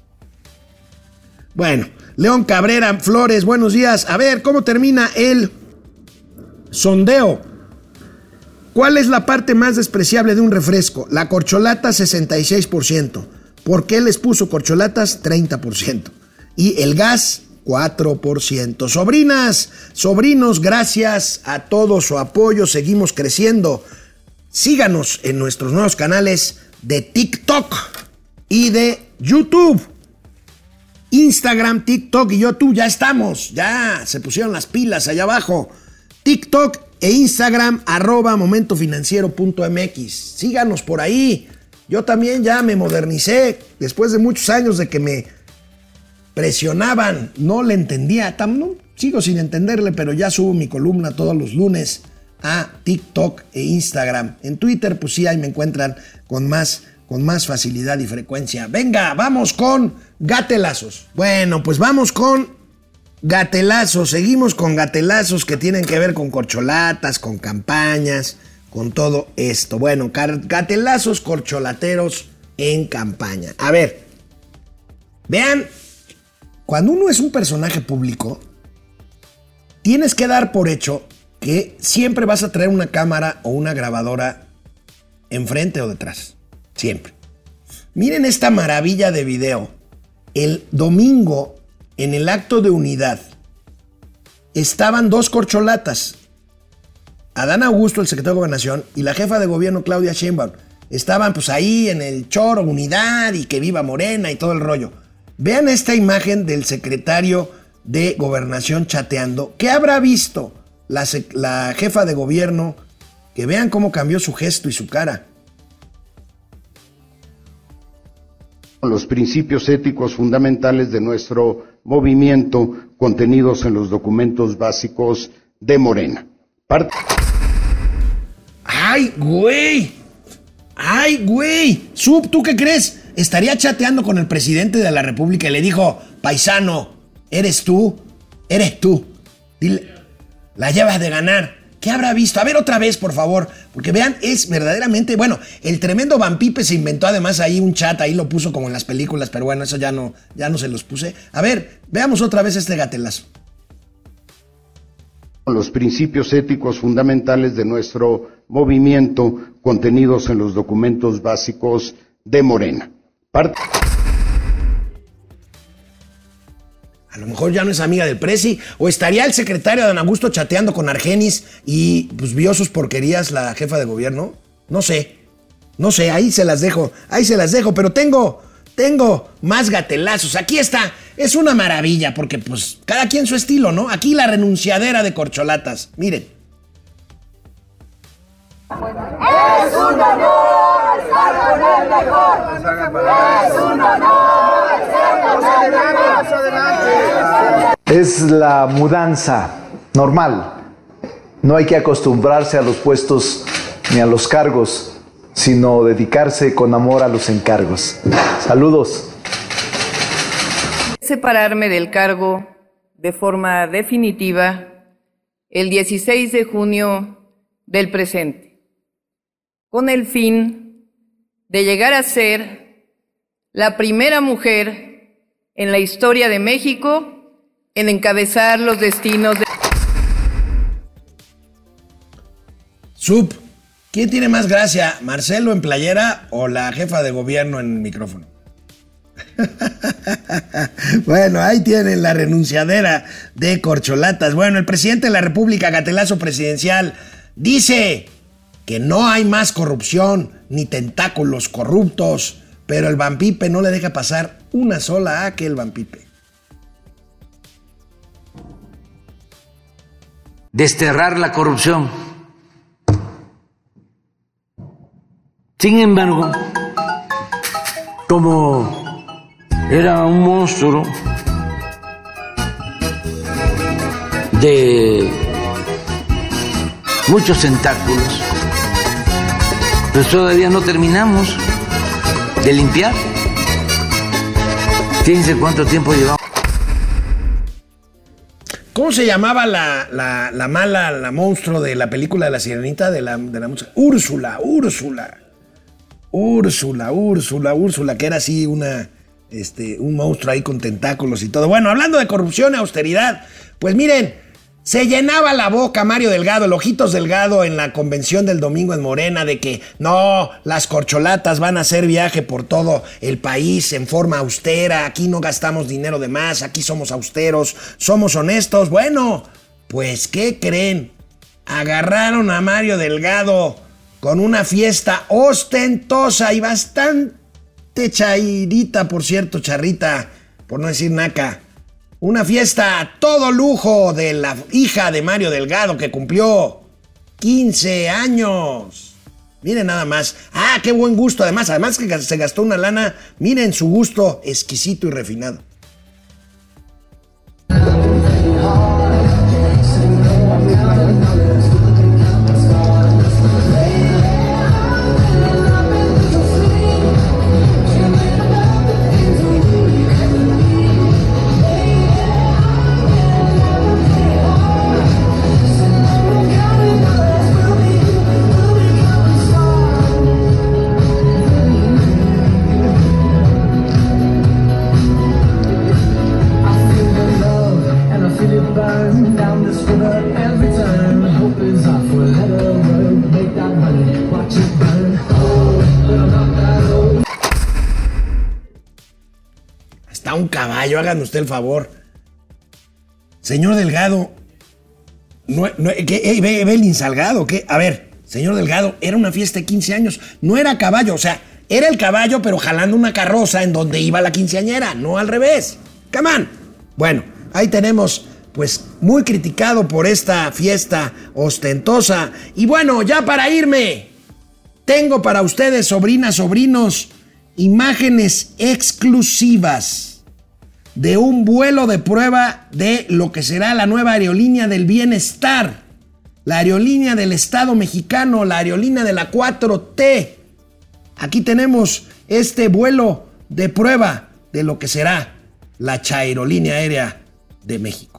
Speaker 1: Bueno, León Cabrera Flores, buenos días. A ver, ¿cómo termina el sondeo? ¿Cuál es la parte más despreciable de un refresco? La corcholata, 66%. ¿Por qué les puso corcholatas? 30%. Y el gas, 4%. Sobrinas, sobrinos, gracias a todo su apoyo. Seguimos creciendo. Síganos en nuestros nuevos canales de TikTok y de YouTube. Instagram, TikTok y YouTube, ya estamos. Ya se pusieron las pilas allá abajo. TikTok e Instagram, @momentofinanciero.mx. Síganos por ahí. Yo también ya me modernicé. Después de muchos años de que me presionaban, no le entendía. Sigo sin entenderle, pero ya subo mi columna todos los lunes a TikTok e Instagram. En Twitter, pues sí, ahí me encuentran con más facilidad y frecuencia. Venga, vamos con gatelazos. Bueno, pues vamos con gatelazos. Seguimos con gatelazos que tienen que ver con corcholatas, con campañas, con todo esto. Bueno, gatelazos corcholateros en campaña. A ver, vean, cuando uno es un personaje público, tienes que dar por hecho que siempre vas a traer una cámara o una grabadora enfrente o detrás. Siempre. Miren esta maravilla de video. El domingo, en el acto de unidad, estaban dos corcholatas. Adán Augusto, el secretario de Gobernación, y la jefa de gobierno, Claudia Sheinbaum. Estaban pues ahí en el choro, unidad y que viva Morena y todo el rollo. Vean esta imagen del secretario de Gobernación chateando. ¿Qué habrá visto la jefa de gobierno? Que vean cómo cambió su gesto y su cara.
Speaker 5: Los principios éticos fundamentales de nuestro movimiento contenidos en los documentos básicos de Morena.
Speaker 1: ¡Ay, güey! ¡Ay, güey! Sub, ¿tú qué crees? Estaría chateando con el presidente de la República y le dijo, paisano, ¿eres tú? Eres tú. Dile, la llevas de ganar. ¿Qué habrá visto? A ver otra vez, por favor. Porque vean, es verdaderamente... Bueno, el tremendo Van Pipe se inventó además ahí un chat, ahí lo puso como en las películas, pero bueno, eso ya no se los puse. A ver, veamos otra vez este gatelazo.
Speaker 5: Los principios éticos fundamentales de nuestro movimiento contenidos en los documentos básicos de Morena.
Speaker 1: A lo mejor ya no es amiga del presi, o estaría el secretario Adán Augusto chateando con Argenis y pues vio sus porquerías la jefa de gobierno. No sé, ahí se las dejo, pero tengo más gatelazos. Aquí está, es una maravilla porque pues cada quien su estilo, ¿no? Aquí la renunciadera de corcholatas, miren.
Speaker 6: Es un honor estar con el mejor. Es un honor estar con el mejor.
Speaker 7: Es la mudanza normal. No hay que acostumbrarse a los puestos ni a los cargos, sino dedicarse con amor a los encargos. Saludos.
Speaker 8: Separarme del cargo de forma definitiva el 16 de junio del presente, con el fin de llegar a ser la primera mujer en la historia de México en encabezar los destinos de...
Speaker 1: Sub, ¿quién tiene más gracia, Marcelo en playera o la jefa de gobierno en micrófono? Bueno, ahí tienen la renunciadera de corcholatas. Bueno, el presidente de la República, gatelazo presidencial, dice que no hay más corrupción ni tentáculos corruptos, pero el Van Pipe no le deja pasar una sola a aquel Van Pipe.
Speaker 4: Desterrar la corrupción. Sin embargo, como era un monstruo de muchos tentáculos, pues todavía no terminamos de limpiar. Fíjense cuánto tiempo llevamos.
Speaker 1: ¿Cómo se llamaba la mala, la monstruo de la película de la Sirenita, de la música? Úrsula, que era así un monstruo ahí con tentáculos y todo. Bueno, hablando de corrupción y austeridad, pues miren, se llenaba la boca Mario Delgado, el Ojitos Delgado, en la convención del domingo en Morena, de que no, las corcholatas van a hacer viaje por todo el país en forma austera, aquí no gastamos dinero de más, aquí somos austeros, somos honestos. Bueno, pues ¿qué creen? Agarraron a Mario Delgado con una fiesta ostentosa y bastante chairita, por cierto, charrita, por no decir naca. Una fiesta a todo lujo de la hija de Mario Delgado que cumplió 15 años. Miren nada más. Ah, qué buen gusto. Además que se gastó una lana. Miren su gusto exquisito y refinado. caballo, háganme usted el favor. Señor Delgado, Evelyn Salgado, ¿qué? A ver, señor Delgado, era una fiesta de 15 años, no era caballo, o sea, era el caballo, pero jalando una carroza en donde iba la quinceañera, no al revés. Come on. Bueno, ahí tenemos, pues, muy criticado por esta fiesta ostentosa. Y bueno, ya para irme, tengo para ustedes, sobrinas, sobrinos, imágenes exclusivas de un vuelo de prueba de lo que será la nueva aerolínea del bienestar, la aerolínea del Estado mexicano, la aerolínea de la 4T. Aquí tenemos este vuelo de prueba de lo que será la Chairolínea Aérea de México.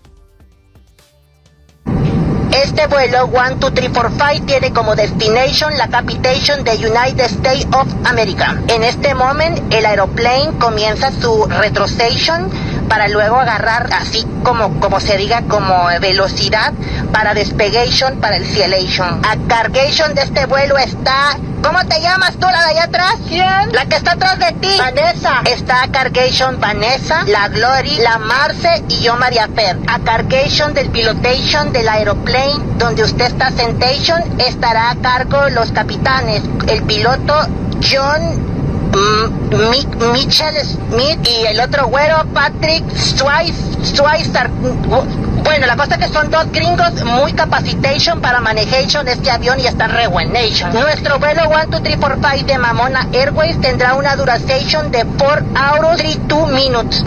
Speaker 9: Este vuelo 12345 tiene como destination la capitation de United States of America. En este momento el aeroplane comienza su retrocession para luego agarrar así como se diga como velocidad para despegation para el cielation. A cargation de este vuelo está... ¿Cómo te llamas tú, la de allá atrás? ¿Quién? La que está atrás de ti. Vanessa. Está a cargation Vanessa, la Glory, la Marce y yo María Fer. A cargation del pilotation del aeroplane donde usted está sentation estará a cargo los capitanes, el piloto John Mitchell Smith y el otro güero Patrick Schweitzer. Bueno, la cosa es que son dos gringos muy capacitation para manejation este avión y están re buen nation. Nuestro vuelo 12345 de Mamona Airways tendrá una duración de 4 hours 32 minutes.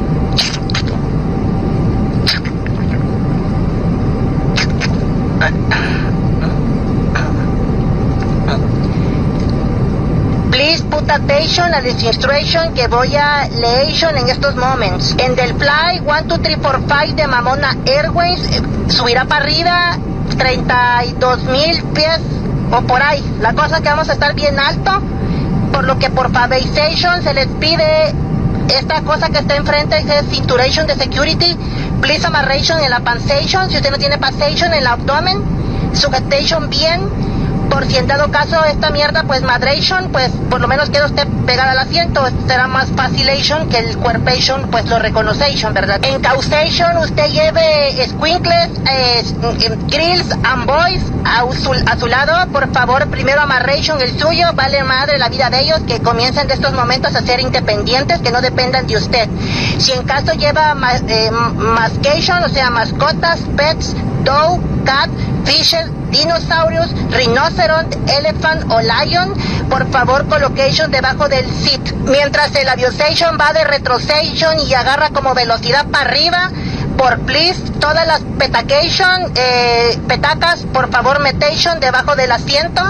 Speaker 9: Please put attention a this instruction que voy a leer en estos momentos. En del fly 12345 de Mamona Airways subirá para arriba 32,000 pies o por ahí. La cosa es que vamos a estar bien alto, por lo que por favation se les pide esta cosa que está enfrente, es cinturation de security. Please amarration en la pansation, si usted no tiene pansation en el abdomen, sujetation bien. Por si en dado caso esta mierda, pues madration, pues por lo menos queda usted pegada al asiento, será más facilation que el cuerpation, pues lo reconocation, ¿verdad? En causation usted lleve squinkles, grills and boys a su lado, por favor, primero amarration el suyo, vale madre la vida de ellos, que comiencen de estos momentos a ser independientes, que no dependan de usted. Si en caso lleva mascation, o sea, mascotas, pets, dog, cat, fishes, dinosaurios, rinoceronte, elephant o lion, por favor colocation debajo del seat. Mientras el aviosation va de retrocession y agarra como velocidad para arriba, por please, todas las petacas, por favor metation debajo del asiento.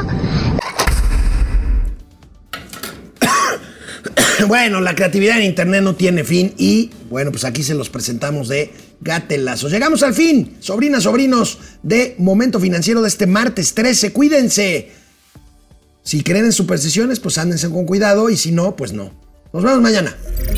Speaker 1: Bueno, la creatividad en internet no tiene fin y, bueno, pues aquí se los presentamos de gatelazos. Llegamos al fin, sobrinas, sobrinos, de Momento Financiero de este martes 13. Cuídense. Si creen en supersticiones, pues ándense con cuidado y si no, pues no. Nos vemos mañana.